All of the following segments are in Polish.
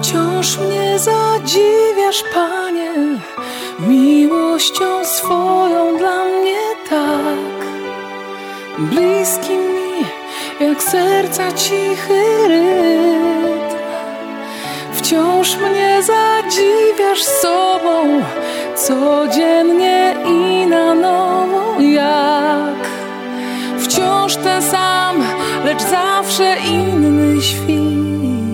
Wciąż mnie zadziwiasz, Panie, miłością swoją dla mnie tak. Bliski mi jak serca cichy rytm. Wciąż mnie zadziwiasz sobą, codziennie i na nowo jak. Wciąż ten sam, lecz zawsze inny świt.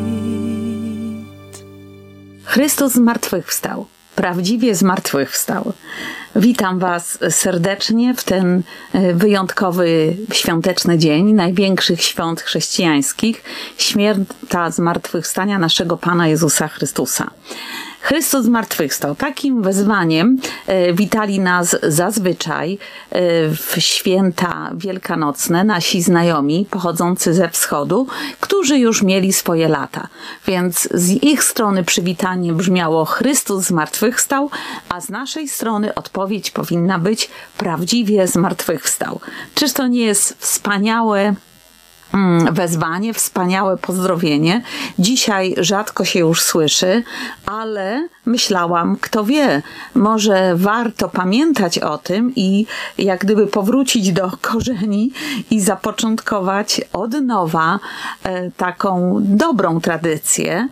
Chrystus zmartwychwstał, prawdziwie zmartwychwstał. Witam Was serdecznie w ten wyjątkowy świąteczny dzień, największych świąt chrześcijańskich, święta zmartwychwstania naszego Pana Jezusa Chrystusa. Chrystus zmartwychwstał. Takim wezwaniem witali nas zazwyczaj w święta wielkanocne nasi znajomi pochodzący ze wschodu, którzy już mieli swoje lata. Więc z ich strony przywitanie brzmiało: Chrystus zmartwychwstał, a z naszej strony odpowiedź powinna być: prawdziwie zmartwychwstał. Czyż to nie jest wspaniałe wezwanie, wspaniałe pozdrowienie? Dzisiaj rzadko się już słyszy, ale myślałam, kto wie, może warto pamiętać o tym i jak gdyby powrócić do korzeni i zapoczątkować od nowa taką dobrą tradycję,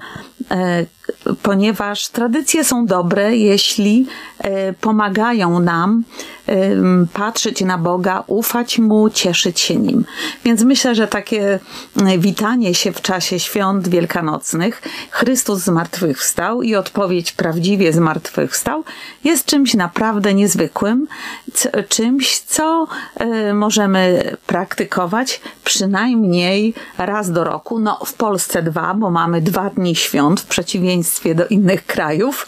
ponieważ tradycje są dobre, jeśli pomagają nam patrzeć na Boga, ufać Mu, cieszyć się Nim. Więc myślę, że takie witanie się w czasie świąt wielkanocnych, Chrystus zmartwychwstał i odpowiedź prawdziwie zmartwychwstał, jest czymś naprawdę niezwykłym, czymś, co możemy praktykować przynajmniej raz do roku. No, w Polsce 2, bo mamy 2 dni świąt w przeciwieństwie do innych krajów,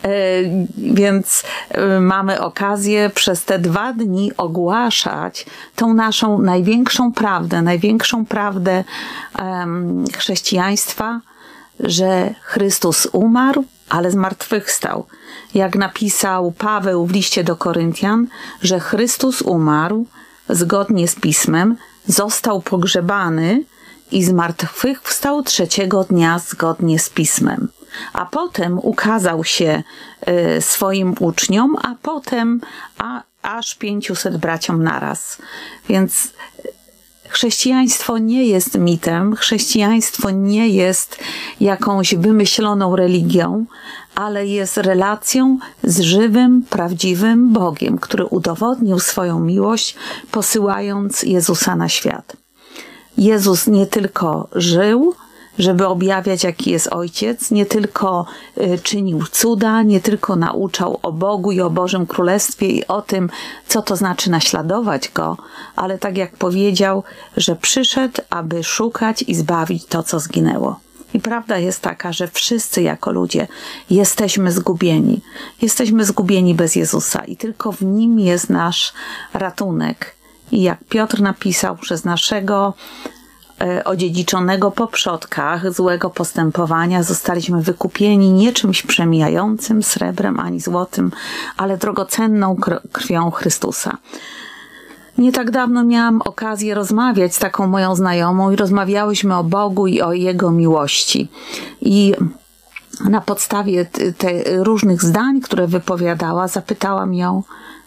więc mamy okazję przez te 2 dni ogłaszać tą naszą największą prawdę chrześcijaństwa, że Chrystus umarł, ale zmartwychwstał. Jak napisał Paweł w liście do Koryntian, że Chrystus umarł zgodnie z Pismem, został pogrzebany i zmartwychwstał 3. dnia zgodnie z Pismem. A potem ukazał się swoim uczniom, a potem aż 500 braciom naraz. Więc chrześcijaństwo nie jest mitem, chrześcijaństwo nie jest jakąś wymyśloną religią, ale jest relacją z żywym, prawdziwym Bogiem, który udowodnił swoją miłość, posyłając Jezusa na świat. Jezus nie tylko żył, żeby objawiać, jaki jest Ojciec, nie tylko czynił cuda, nie tylko nauczał o Bogu i o Bożym Królestwie i o tym, co to znaczy naśladować Go, ale tak jak powiedział, że przyszedł, aby szukać i zbawić to, co zginęło. I prawda jest taka, że wszyscy jako ludzie jesteśmy zgubieni. Jesteśmy zgubieni bez Jezusa i tylko w Nim jest nasz ratunek. I jak Piotr napisał, przez naszego odziedziczonego po przodkach złego postępowania zostaliśmy wykupieni nie czymś przemijającym, srebrem ani złotym, ale drogocenną krwią Chrystusa. Nie tak dawno miałam okazję rozmawiać z taką moją znajomą i rozmawiałyśmy o Bogu i o Jego miłości. I na podstawie różnych zdań, które wypowiadała, zapytałam ją: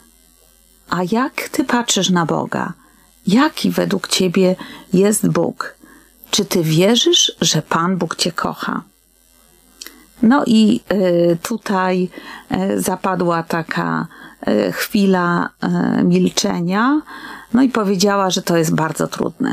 a jak ty patrzysz na Boga? Jaki według ciebie jest Bóg? Czy ty wierzysz, że Pan Bóg cię kocha? No i tutaj zapadła taka chwila milczenia, no i powiedziała, że to jest bardzo trudne.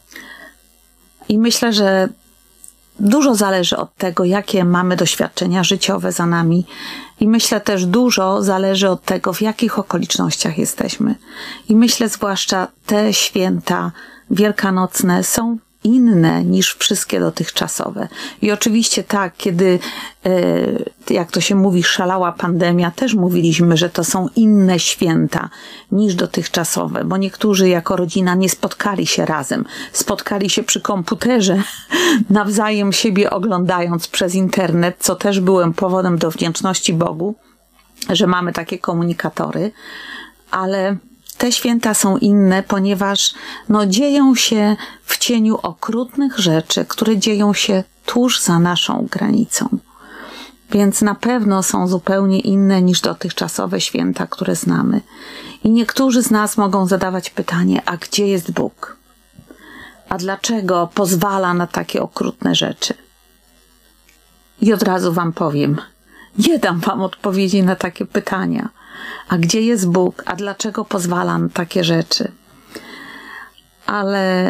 I myślę, że dużo zależy od tego, jakie mamy doświadczenia życiowe za nami. I myślę też dużo zależy od tego, w jakich okolicznościach jesteśmy. I myślę zwłaszcza te święta wielkanocne są inne niż wszystkie dotychczasowe. I oczywiście tak, kiedy, jak to się mówi, szalała pandemia, też mówiliśmy, że to są inne święta niż dotychczasowe, bo niektórzy jako rodzina nie spotkali się razem. Spotkali się przy komputerze, nawzajem siebie oglądając przez internet, co też byłem powodem do wdzięczności Bogu, że mamy takie komunikatory, ale te święta są inne, ponieważ dzieją się w cieniu okrutnych rzeczy, które dzieją się tuż za naszą granicą. więc na pewno są zupełnie inne niż dotychczasowe święta, które znamy. I niektórzy z nas mogą zadawać pytanie, a gdzie jest Bóg? A dlaczego pozwala na takie okrutne rzeczy? I od razu wam powiem, nie dam wam odpowiedzi na takie pytania. A gdzie jest Bóg? A dlaczego pozwala na takie rzeczy? Ale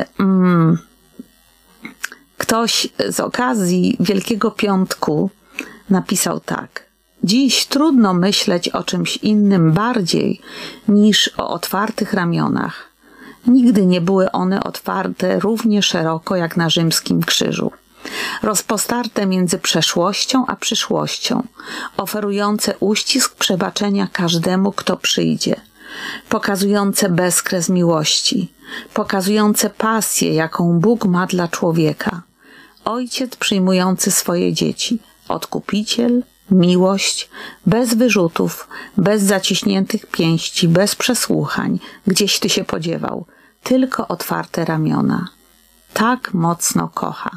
ktoś z okazji Wielkiego Piątku napisał tak. Dziś trudno myśleć o czymś innym bardziej niż o otwartych ramionach. Nigdy nie były one otwarte równie szeroko jak na rzymskim krzyżu. Rozpostarte między przeszłością a przyszłością, oferujące uścisk przebaczenia każdemu, kto przyjdzie, pokazujące bezkres miłości, pokazujące pasję, jaką Bóg ma dla człowieka, Ojciec przyjmujący swoje dzieci, Odkupiciel, miłość, bez wyrzutów, bez zaciśniętych pięści, bez przesłuchań, gdzieś ty się podziewał, tylko otwarte ramiona. Tak mocno kocha.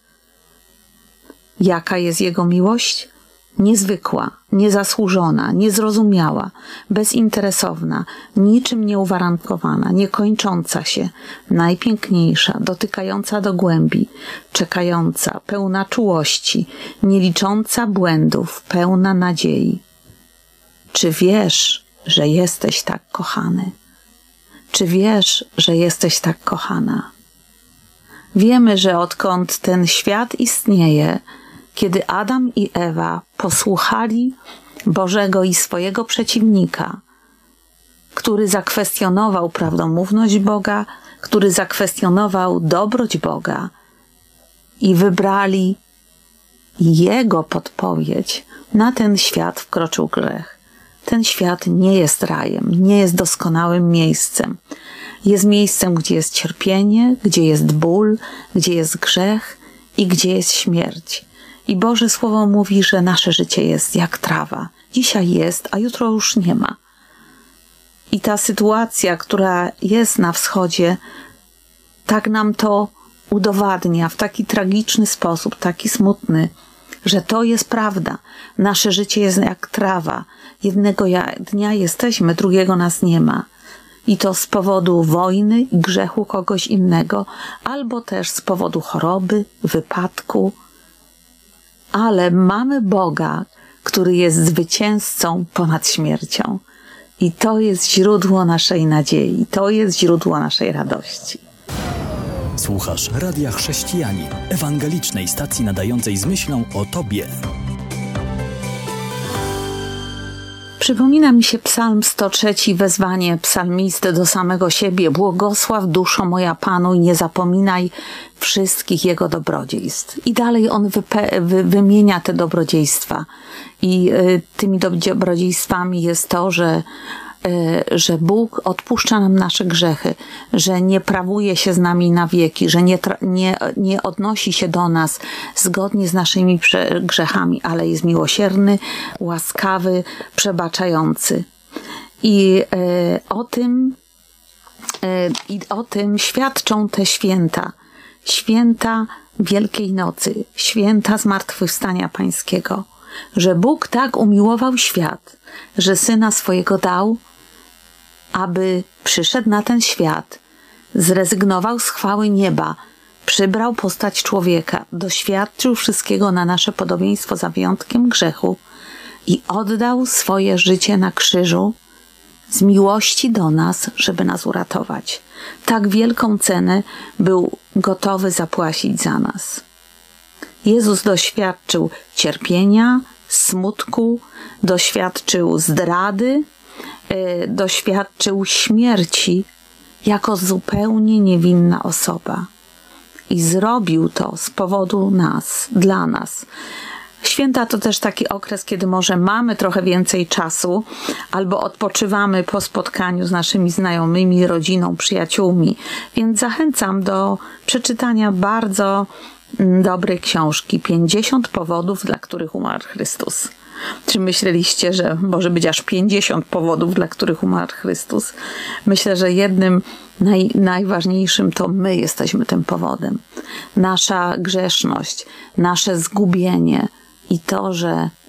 Jaka jest Jego miłość? Niezwykła, niezasłużona, niezrozumiała, bezinteresowna, niczym nieuwarunkowana, niekończąca się, najpiękniejsza, dotykająca do głębi, czekająca, pełna czułości, nie licząca błędów, pełna nadziei. Czy wiesz, że jesteś tak kochany? Czy wiesz, że jesteś tak kochana? Wiemy, że odkąd ten świat istnieje, kiedy Adam i Ewa posłuchali Bożego i swojego przeciwnika, który zakwestionował prawdomówność Boga, który zakwestionował dobroć Boga i wybrali Jego podpowiedź, na ten świat wkroczył grzech. Ten świat nie jest rajem, nie jest doskonałym miejscem. Jest miejscem, gdzie jest cierpienie, gdzie jest ból, gdzie jest grzech i gdzie jest śmierć. I Boże Słowo mówi, że nasze życie jest jak trawa. Dzisiaj jest, a jutro już nie ma. I ta sytuacja, która jest na wschodzie, tak nam to udowadnia w taki tragiczny sposób, taki smutny, że to jest prawda. Nasze życie jest jak trawa. Jednego dnia jesteśmy, drugiego nas nie ma. I to z powodu wojny i grzechu kogoś innego, albo też z powodu choroby, wypadku. Ale mamy Boga, który jest zwycięzcą ponad śmiercią. I to jest źródło naszej nadziei, to jest źródło naszej radości. Słuchasz Radia Chrześcijanin, ewangelicznej stacji nadającej z myślą o Tobie. Przypomina mi się Psalm 103, wezwanie psalmisty do samego siebie. Błogosław duszo moja Panu i nie zapominaj wszystkich Jego dobrodziejstw. I dalej on wymienia te dobrodziejstwa. I tymi dobrodziejstwami jest to, że Bóg odpuszcza nam nasze grzechy, że nie prawuje się z nami na wieki, że nie odnosi się do nas zgodnie z naszymi grzechami, ale jest miłosierny, łaskawy, przebaczający. I o tym świadczą te święta. Święta Wielkiej Nocy, święta Zmartwychwstania Pańskiego. Że Bóg tak umiłował świat, że Syna swojego dał, aby przyszedł na ten świat, zrezygnował z chwały nieba, przybrał postać człowieka, doświadczył wszystkiego na nasze podobieństwo za wyjątkiem grzechu i oddał swoje życie na krzyżu z miłości do nas, żeby nas uratować. Tak wielką cenę był gotowy zapłacić za nas. Jezus doświadczył cierpienia, smutku, doświadczył zdrady, doświadczył śmierci jako zupełnie niewinna osoba. I zrobił to z powodu nas, dla nas. Święta to też taki okres, kiedy może mamy trochę więcej czasu albo odpoczywamy po spotkaniu z naszymi znajomymi, rodziną, przyjaciółmi. Więc zachęcam do przeczytania bardzo dobrej książki 50 powodów, dla których umarł Chrystus. Czy myśleliście, że może być aż 50 powodów, dla których umarł Chrystus? Myślę, że jednym najważniejszym to my jesteśmy tym powodem. Nasza grzeszność, nasze zgubienie i to, że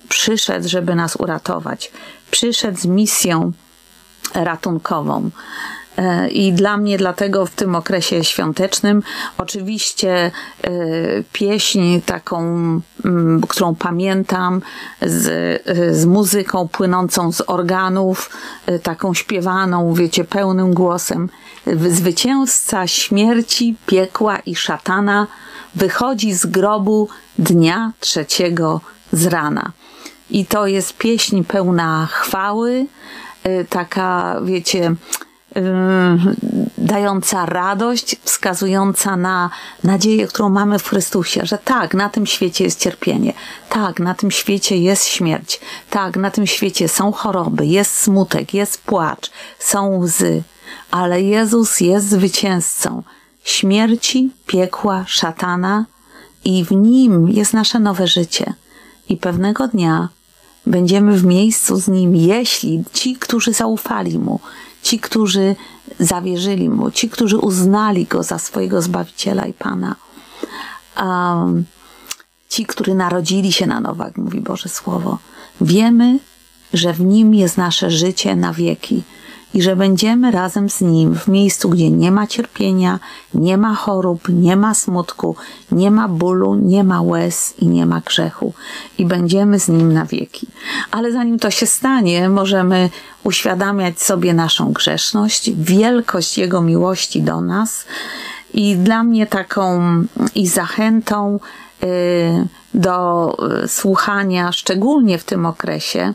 przyszedł, żeby nas uratować. Przyszedł z misją ratunkową. I dla mnie dlatego w tym okresie świątecznym oczywiście pieśń taką, którą pamiętam z muzyką płynącą z organów, taką śpiewaną, wiecie, pełnym głosem. Zwycięzca śmierci, piekła i szatana wychodzi z grobu dnia 3 z rana. I to jest pieśń pełna chwały, taka, wiecie, dająca radość, wskazująca na nadzieję, którą mamy w Chrystusie, że tak, na tym świecie jest cierpienie, tak, na tym świecie jest śmierć, tak, na tym świecie są choroby, jest smutek, jest płacz, są łzy, ale Jezus jest zwycięzcą śmierci, piekła, szatana i w Nim jest nasze nowe życie. I pewnego dnia będziemy w miejscu z Nim, jeśli ci, którzy zaufali Mu, ci, którzy zawierzyli Mu, ci, którzy uznali Go za swojego Zbawiciela i Pana, ci, którzy narodzili się na nowo, jak mówi Boże Słowo, wiemy, że w Nim jest nasze życie na wieki i że będziemy razem z Nim w miejscu, gdzie nie ma cierpienia, nie ma chorób, nie ma smutku, nie ma bólu, nie ma łez i nie ma grzechu. I będziemy z Nim na wieki. Ale zanim to się stanie, możemy uświadamiać sobie naszą grzeszność, wielkość Jego miłości do nas. I dla mnie taką i zachętą do słuchania, szczególnie w tym okresie,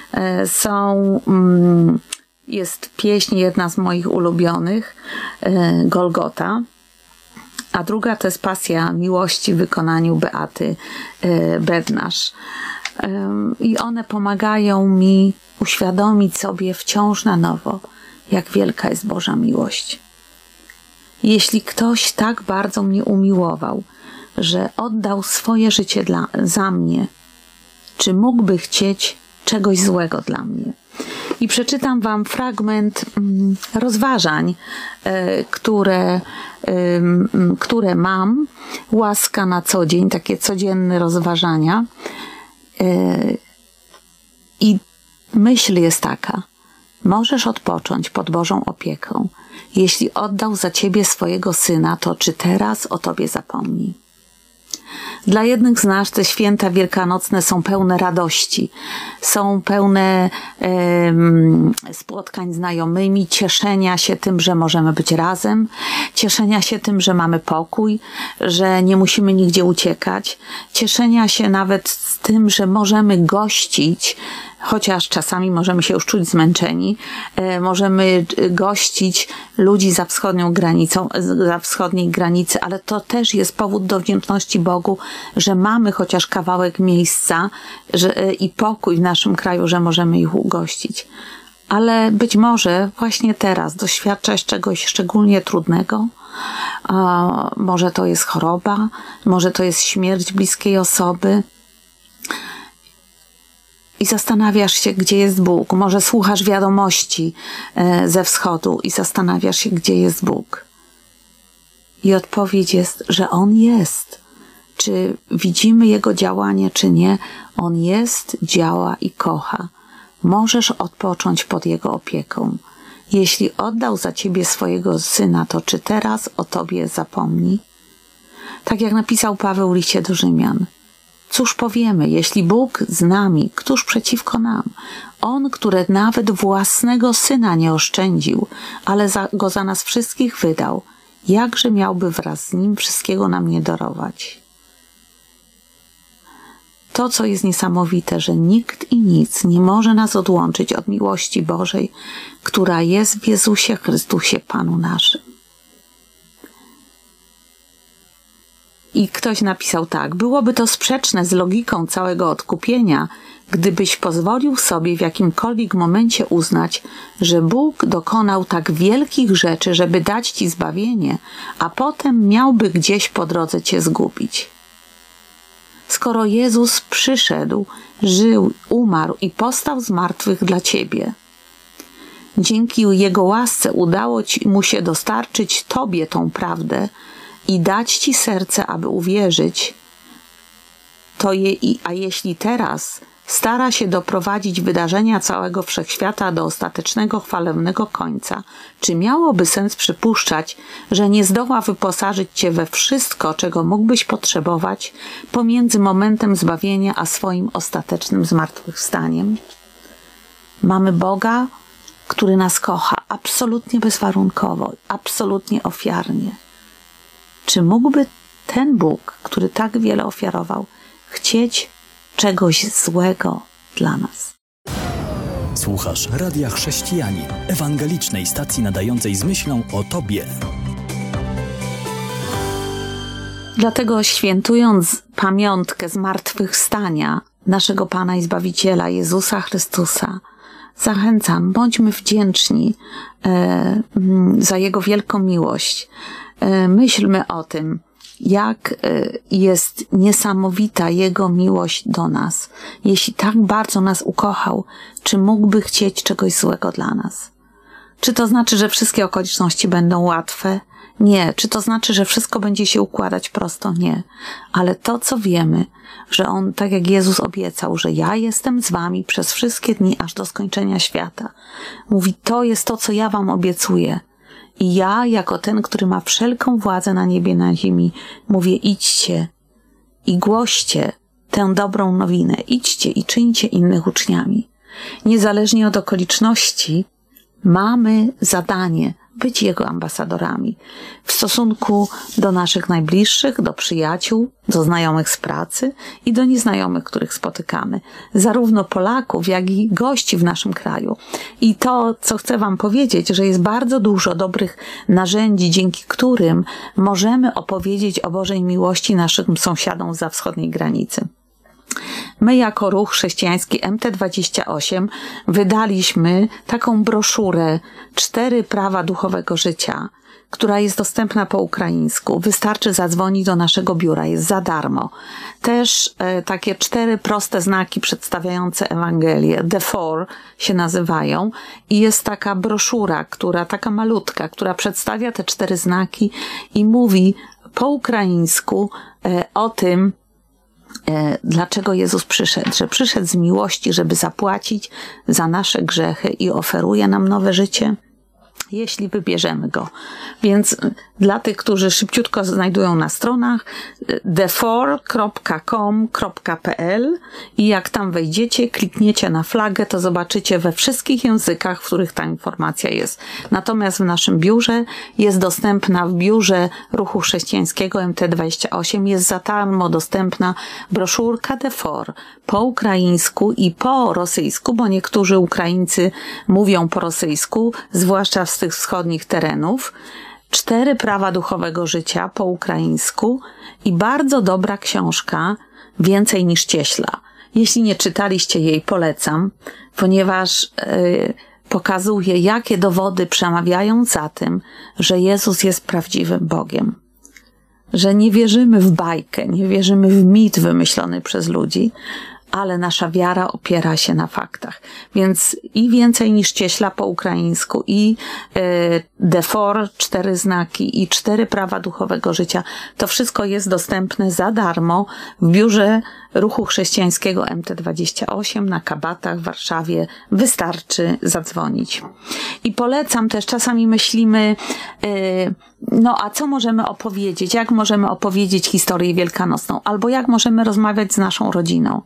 jest pieśń, jedna z moich ulubionych, Golgota, a druga to jest Pasja miłości w wykonaniu Beaty Bednarz. I one pomagają mi uświadomić sobie wciąż na nowo, jak wielka jest Boża miłość. Jeśli ktoś tak bardzo mnie umiłował, że oddał swoje życie za mnie, czy mógłby chcieć czegoś złego dla mnie? I przeczytam wam fragment rozważań, które mam. Łaska na co dzień, takie codzienne rozważania. I myśl jest taka: możesz odpocząć pod Bożą opieką. Jeśli oddał za ciebie swojego Syna, to czy teraz o tobie zapomni? Dla jednych z nas te święta wielkanocne są pełne radości, są pełne spotkań z znajomymi, cieszenia się tym, że możemy być razem, cieszenia się tym, że mamy pokój, że nie musimy nigdzie uciekać, cieszenia się nawet z tym, że możemy gościć, chociaż czasami możemy się już czuć zmęczeni, możemy gościć ludzi za wschodnią granicą, za wschodniej granicy, ale to też jest powód do wdzięczności Bogu, że mamy chociaż kawałek miejsca i pokój w naszym kraju, że możemy ich ugościć. Ale być może właśnie teraz doświadczasz czegoś szczególnie trudnego. Może to jest choroba, może to jest śmierć bliskiej osoby. I zastanawiasz się, gdzie jest Bóg. Może słuchasz wiadomości ze wschodu i zastanawiasz się, gdzie jest Bóg. I odpowiedź jest, że On jest. Czy widzimy Jego działanie, czy nie? On jest, działa i kocha. Możesz odpocząć pod Jego opieką. Jeśli oddał za ciebie swojego Syna, to czy teraz o tobie zapomni? Tak jak napisał Paweł w liście do Rzymian. Cóż powiemy, jeśli Bóg z nami, któż przeciwko nam? On, który nawet własnego Syna nie oszczędził, ale go za nas wszystkich wydał, jakże miałby wraz z Nim wszystkiego nam nie darować? To, co jest niesamowite, że nikt i nic nie może nas odłączyć od miłości Bożej, która jest w Jezusie Chrystusie, Panu naszym. I ktoś napisał tak: byłoby to sprzeczne z logiką całego odkupienia, gdybyś pozwolił sobie w jakimkolwiek momencie uznać, że Bóg dokonał tak wielkich rzeczy, żeby dać ci zbawienie, a potem miałby gdzieś po drodze cię zgubić. Skoro Jezus przyszedł, żył, umarł i powstał z martwych dla ciebie, dzięki Jego łasce udało mu się dostarczyć tobie tą prawdę i dać ci serce, aby uwierzyć, a jeśli teraz stara się doprowadzić wydarzenia całego wszechświata do ostatecznego chwalebnego końca, czy miałoby sens przypuszczać, że nie zdoła wyposażyć cię we wszystko, czego mógłbyś potrzebować pomiędzy momentem zbawienia a swoim ostatecznym zmartwychwstaniem? Mamy Boga, który nas kocha absolutnie bezwarunkowo, absolutnie ofiarnie. Czy mógłby ten Bóg, który tak wiele ofiarował, chcieć czegoś złego dla nas? Słuchasz Radia Chrześcijanin, ewangelicznej stacji nadającej z myślą o Tobie. Dlatego świętując pamiątkę zmartwychwstania naszego Pana i Zbawiciela Jezusa Chrystusa, zachęcam, bądźmy wdzięczni za Jego wielką miłość. Myślmy o tym, jak jest niesamowita Jego miłość do nas. Jeśli tak bardzo nas ukochał, czy mógłby chcieć czegoś złego dla nas? Czy to znaczy, że wszystkie okoliczności będą łatwe? Nie. Czy to znaczy, że wszystko będzie się układać prosto? Nie. Ale to, co wiemy, że On, tak jak Jezus obiecał, że ja jestem z wami przez wszystkie dni, aż do skończenia świata. Mówi, to jest to, co ja wam obiecuję. I ja, jako ten, który ma wszelką władzę na niebie, na ziemi, mówię, idźcie i głoście tę dobrą nowinę. Idźcie i czyńcie innych uczniami. Niezależnie od okoliczności, mamy zadanie być Jego ambasadorami w stosunku do naszych najbliższych, do przyjaciół, do znajomych z pracy i do nieznajomych, których spotykamy. Zarówno Polaków, jak i gości w naszym kraju. I to, co chcę wam powiedzieć, że jest bardzo dużo dobrych narzędzi, dzięki którym możemy opowiedzieć o Bożej miłości naszym sąsiadom zza wschodniej granicy. My jako Ruch Chrześcijański MT28 wydaliśmy taką broszurę 4 prawa duchowego życia, która jest dostępna po ukraińsku. Wystarczy zadzwonić do naszego biura, jest za darmo. Też takie 4 proste znaki przedstawiające Ewangelię, The Four się nazywają, i jest taka broszura, taka malutka, która przedstawia te 4 znaki i mówi po ukraińsku o tym, dlaczego Jezus przyszedł, że przyszedł z miłości, żeby zapłacić za nasze grzechy i oferuje nam nowe życie, jeśli wybierzemy Go. Więc dla tych, którzy szybciutko znajdują na stronach thefor.com.pl i jak tam wejdziecie, klikniecie na flagę, to zobaczycie we wszystkich językach, w których ta informacja jest. Natomiast w naszym biurze jest dostępna, w biurze Ruchu Chrześcijańskiego MT28 jest za darmo dostępna broszurka The4 po ukraińsku i po rosyjsku, bo niektórzy Ukraińcy mówią po rosyjsku, zwłaszcza z tych wschodnich terenów. 4 prawa duchowego życia po ukraińsku i bardzo dobra książka Więcej niż cieśla. Jeśli nie czytaliście jej, polecam, ponieważ pokazuje, jakie dowody przemawiają za tym, że Jezus jest prawdziwym Bogiem. Że nie wierzymy w bajkę, nie wierzymy w mit wymyślony przez ludzi, ale nasza wiara opiera się na faktach. Więc i Więcej niż cieśla po ukraińsku, i The Four, 4 znaki, i 4 prawa duchowego życia. To wszystko jest dostępne za darmo w biurze Ruchu Chrześcijańskiego MT28 na Kabatach w Warszawie. Wystarczy zadzwonić. I polecam też, czasami myślimy, a co możemy opowiedzieć? Jak możemy opowiedzieć historię wielkanocną? Albo jak możemy rozmawiać z naszą rodziną?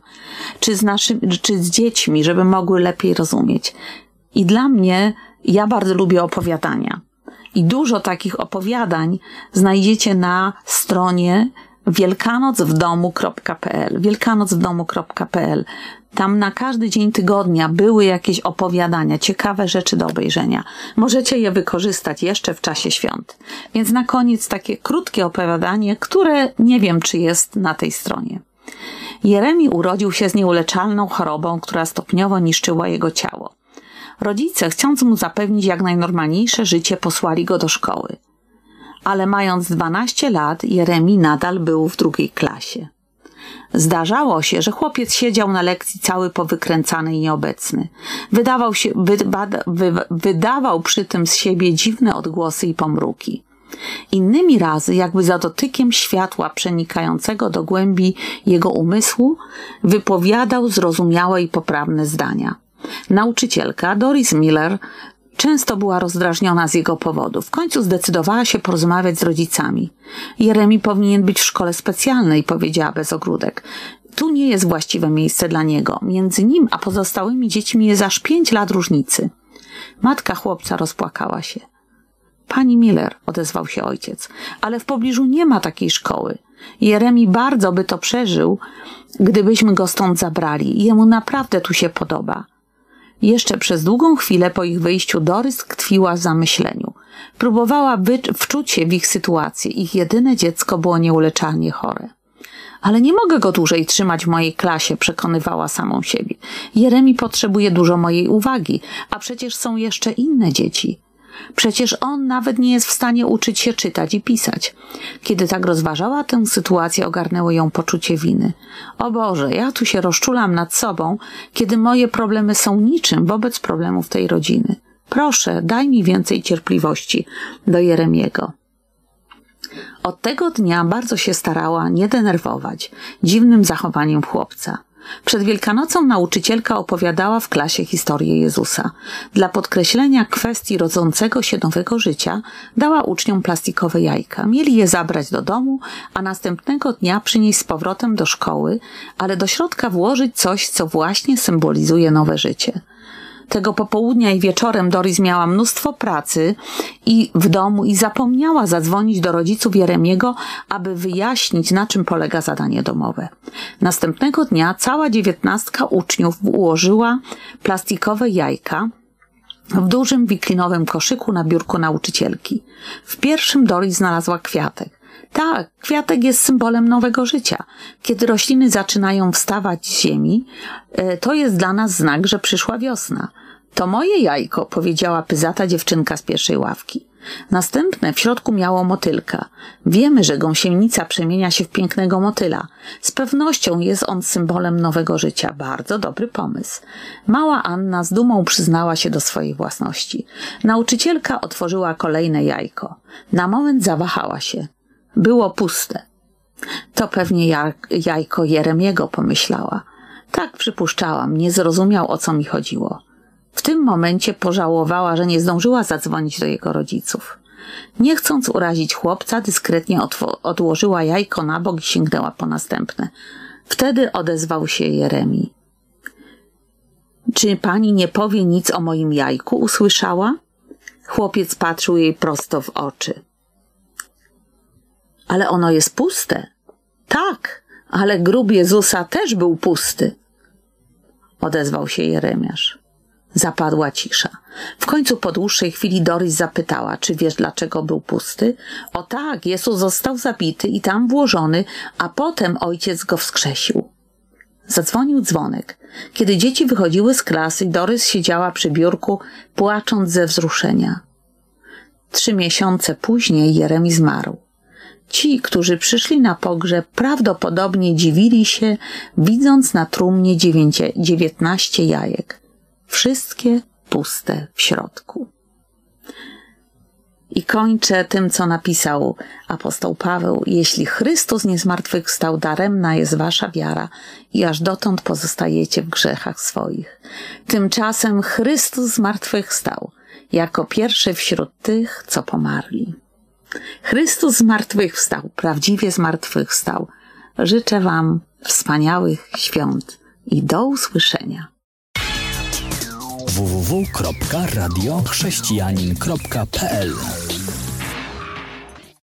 Czy z dziećmi, żeby mogły lepiej rozumieć? I dla mnie, ja bardzo lubię opowiadania. I dużo takich opowiadań znajdziecie na stronie wielkanocwdomu.pl. wielkanocwdomu.pl. Tam na każdy dzień tygodnia były jakieś opowiadania, ciekawe rzeczy do obejrzenia. Możecie je wykorzystać jeszcze w czasie świąt. Więc na koniec takie krótkie opowiadanie, które nie wiem, czy jest na tej stronie. Jeremi urodził się z nieuleczalną chorobą, która stopniowo niszczyła jego ciało. Rodzice, chcąc mu zapewnić jak najnormalniejsze życie, posłali go do szkoły. Ale mając 12 lat, Jeremi nadal był w 2. klasie. Zdarzało się, że chłopiec siedział na lekcji cały powykręcany i nieobecny. Wydawał przy tym z siebie dziwne odgłosy i pomruki. Innymi razy, jakby za dotykiem światła przenikającego do głębi jego umysłu, wypowiadał zrozumiałe i poprawne zdania. Nauczycielka Doris Miller często była rozdrażniona z jego powodu. W końcu zdecydowała się porozmawiać z rodzicami. Jeremi powinien być w szkole specjalnej, powiedziała bez ogródek. Tu nie jest właściwe miejsce dla niego. Między nim a pozostałymi dziećmi jest aż 5 lat różnicy. Matka chłopca rozpłakała się. Pani Miller, odezwał się ojciec, ale w pobliżu nie ma takiej szkoły. Jeremi bardzo by to przeżył, gdybyśmy go stąd zabrali. Jemu naprawdę tu się podoba. Jeszcze przez długą chwilę po ich wyjściu Doris tkwiła w zamyśleniu. Próbowała wczuć się w ich sytuację. Ich jedyne dziecko było nieuleczalnie chore. Ale nie mogę go dłużej trzymać w mojej klasie, przekonywała samą siebie. Jeremi potrzebuje dużo mojej uwagi, a przecież są jeszcze inne dzieci. Przecież on nawet nie jest w stanie uczyć się czytać i pisać. Kiedy tak rozważała tę sytuację, ogarnęło ją poczucie winy. O Boże, ja tu się rozczulam nad sobą, kiedy moje problemy są niczym wobec problemów tej rodziny. Proszę, daj mi więcej cierpliwości do Jeremiego. Od tego dnia bardzo się starała nie denerwować dziwnym zachowaniem chłopca. Przed Wielkanocą nauczycielka opowiadała w klasie historię Jezusa. Dla podkreślenia kwestii rodzącego się nowego życia dała uczniom plastikowe jajka. Mieli je zabrać do domu, a następnego dnia przynieść z powrotem do szkoły, ale do środka włożyć coś, co właśnie symbolizuje nowe życie. Tego popołudnia i wieczorem Doris miała mnóstwo pracy w domu i zapomniała zadzwonić do rodziców Jeremiego, aby wyjaśnić, na czym polega zadanie domowe. Następnego dnia cała 19 uczniów ułożyła plastikowe jajka w dużym wiklinowym koszyku na biurku nauczycielki. W pierwszym Doris znalazła kwiatek. Tak, kwiatek jest symbolem nowego życia. Kiedy rośliny zaczynają wstawać z ziemi, to jest dla nas znak, że przyszła wiosna. To moje jajko, powiedziała pyzata dziewczynka z pierwszej ławki. Następne w środku miało motylka. Wiemy, że gąsienica przemienia się w pięknego motyla. Z pewnością jest on symbolem nowego życia. Bardzo dobry pomysł. Mała Anna z dumą przyznała się do swojej własności. Nauczycielka otworzyła kolejne jajko. Na moment zawahała się. Było puste. To pewnie jajko Jeremiego, pomyślała. Tak przypuszczałam, nie zrozumiał, o co mi chodziło. W tym momencie pożałowała, że nie zdążyła zadzwonić do jego rodziców. Nie chcąc urazić chłopca, dyskretnie odłożyła jajko na bok i sięgnęła po następne. Wtedy odezwał się Jeremi. Czy pani nie powie nic o moim jajku? Usłyszała? Chłopiec patrzył jej prosto w oczy. Ale ono jest puste. Tak, ale grób Jezusa też był pusty. Odezwał się Jeremiasz. Zapadła cisza. W końcu po dłuższej chwili Doris zapytała, czy wiesz, dlaczego był pusty? O tak, Jezus został zabity i tam włożony, a potem ojciec go wskrzesił. Zadzwonił dzwonek. Kiedy dzieci wychodziły z klasy, Doris siedziała przy biurku, płacząc ze wzruszenia. 3 miesiące później Jeremi zmarł. Ci, którzy przyszli na pogrzeb, prawdopodobnie dziwili się, widząc na trumnie 19 jajek. Wszystkie puste w środku. I kończę tym, co napisał apostoł Paweł. Jeśli Chrystus nie zmartwychwstał, daremna jest wasza wiara i aż dotąd pozostajecie w grzechach swoich. Tymczasem Chrystus zmartwychwstał, jako pierwszy wśród tych, co pomarli. Chrystus zmartwychwstał, prawdziwie zmartwychwstał. Życzę wam wspaniałych świąt i do usłyszenia. www.radiochrześcijanin.pl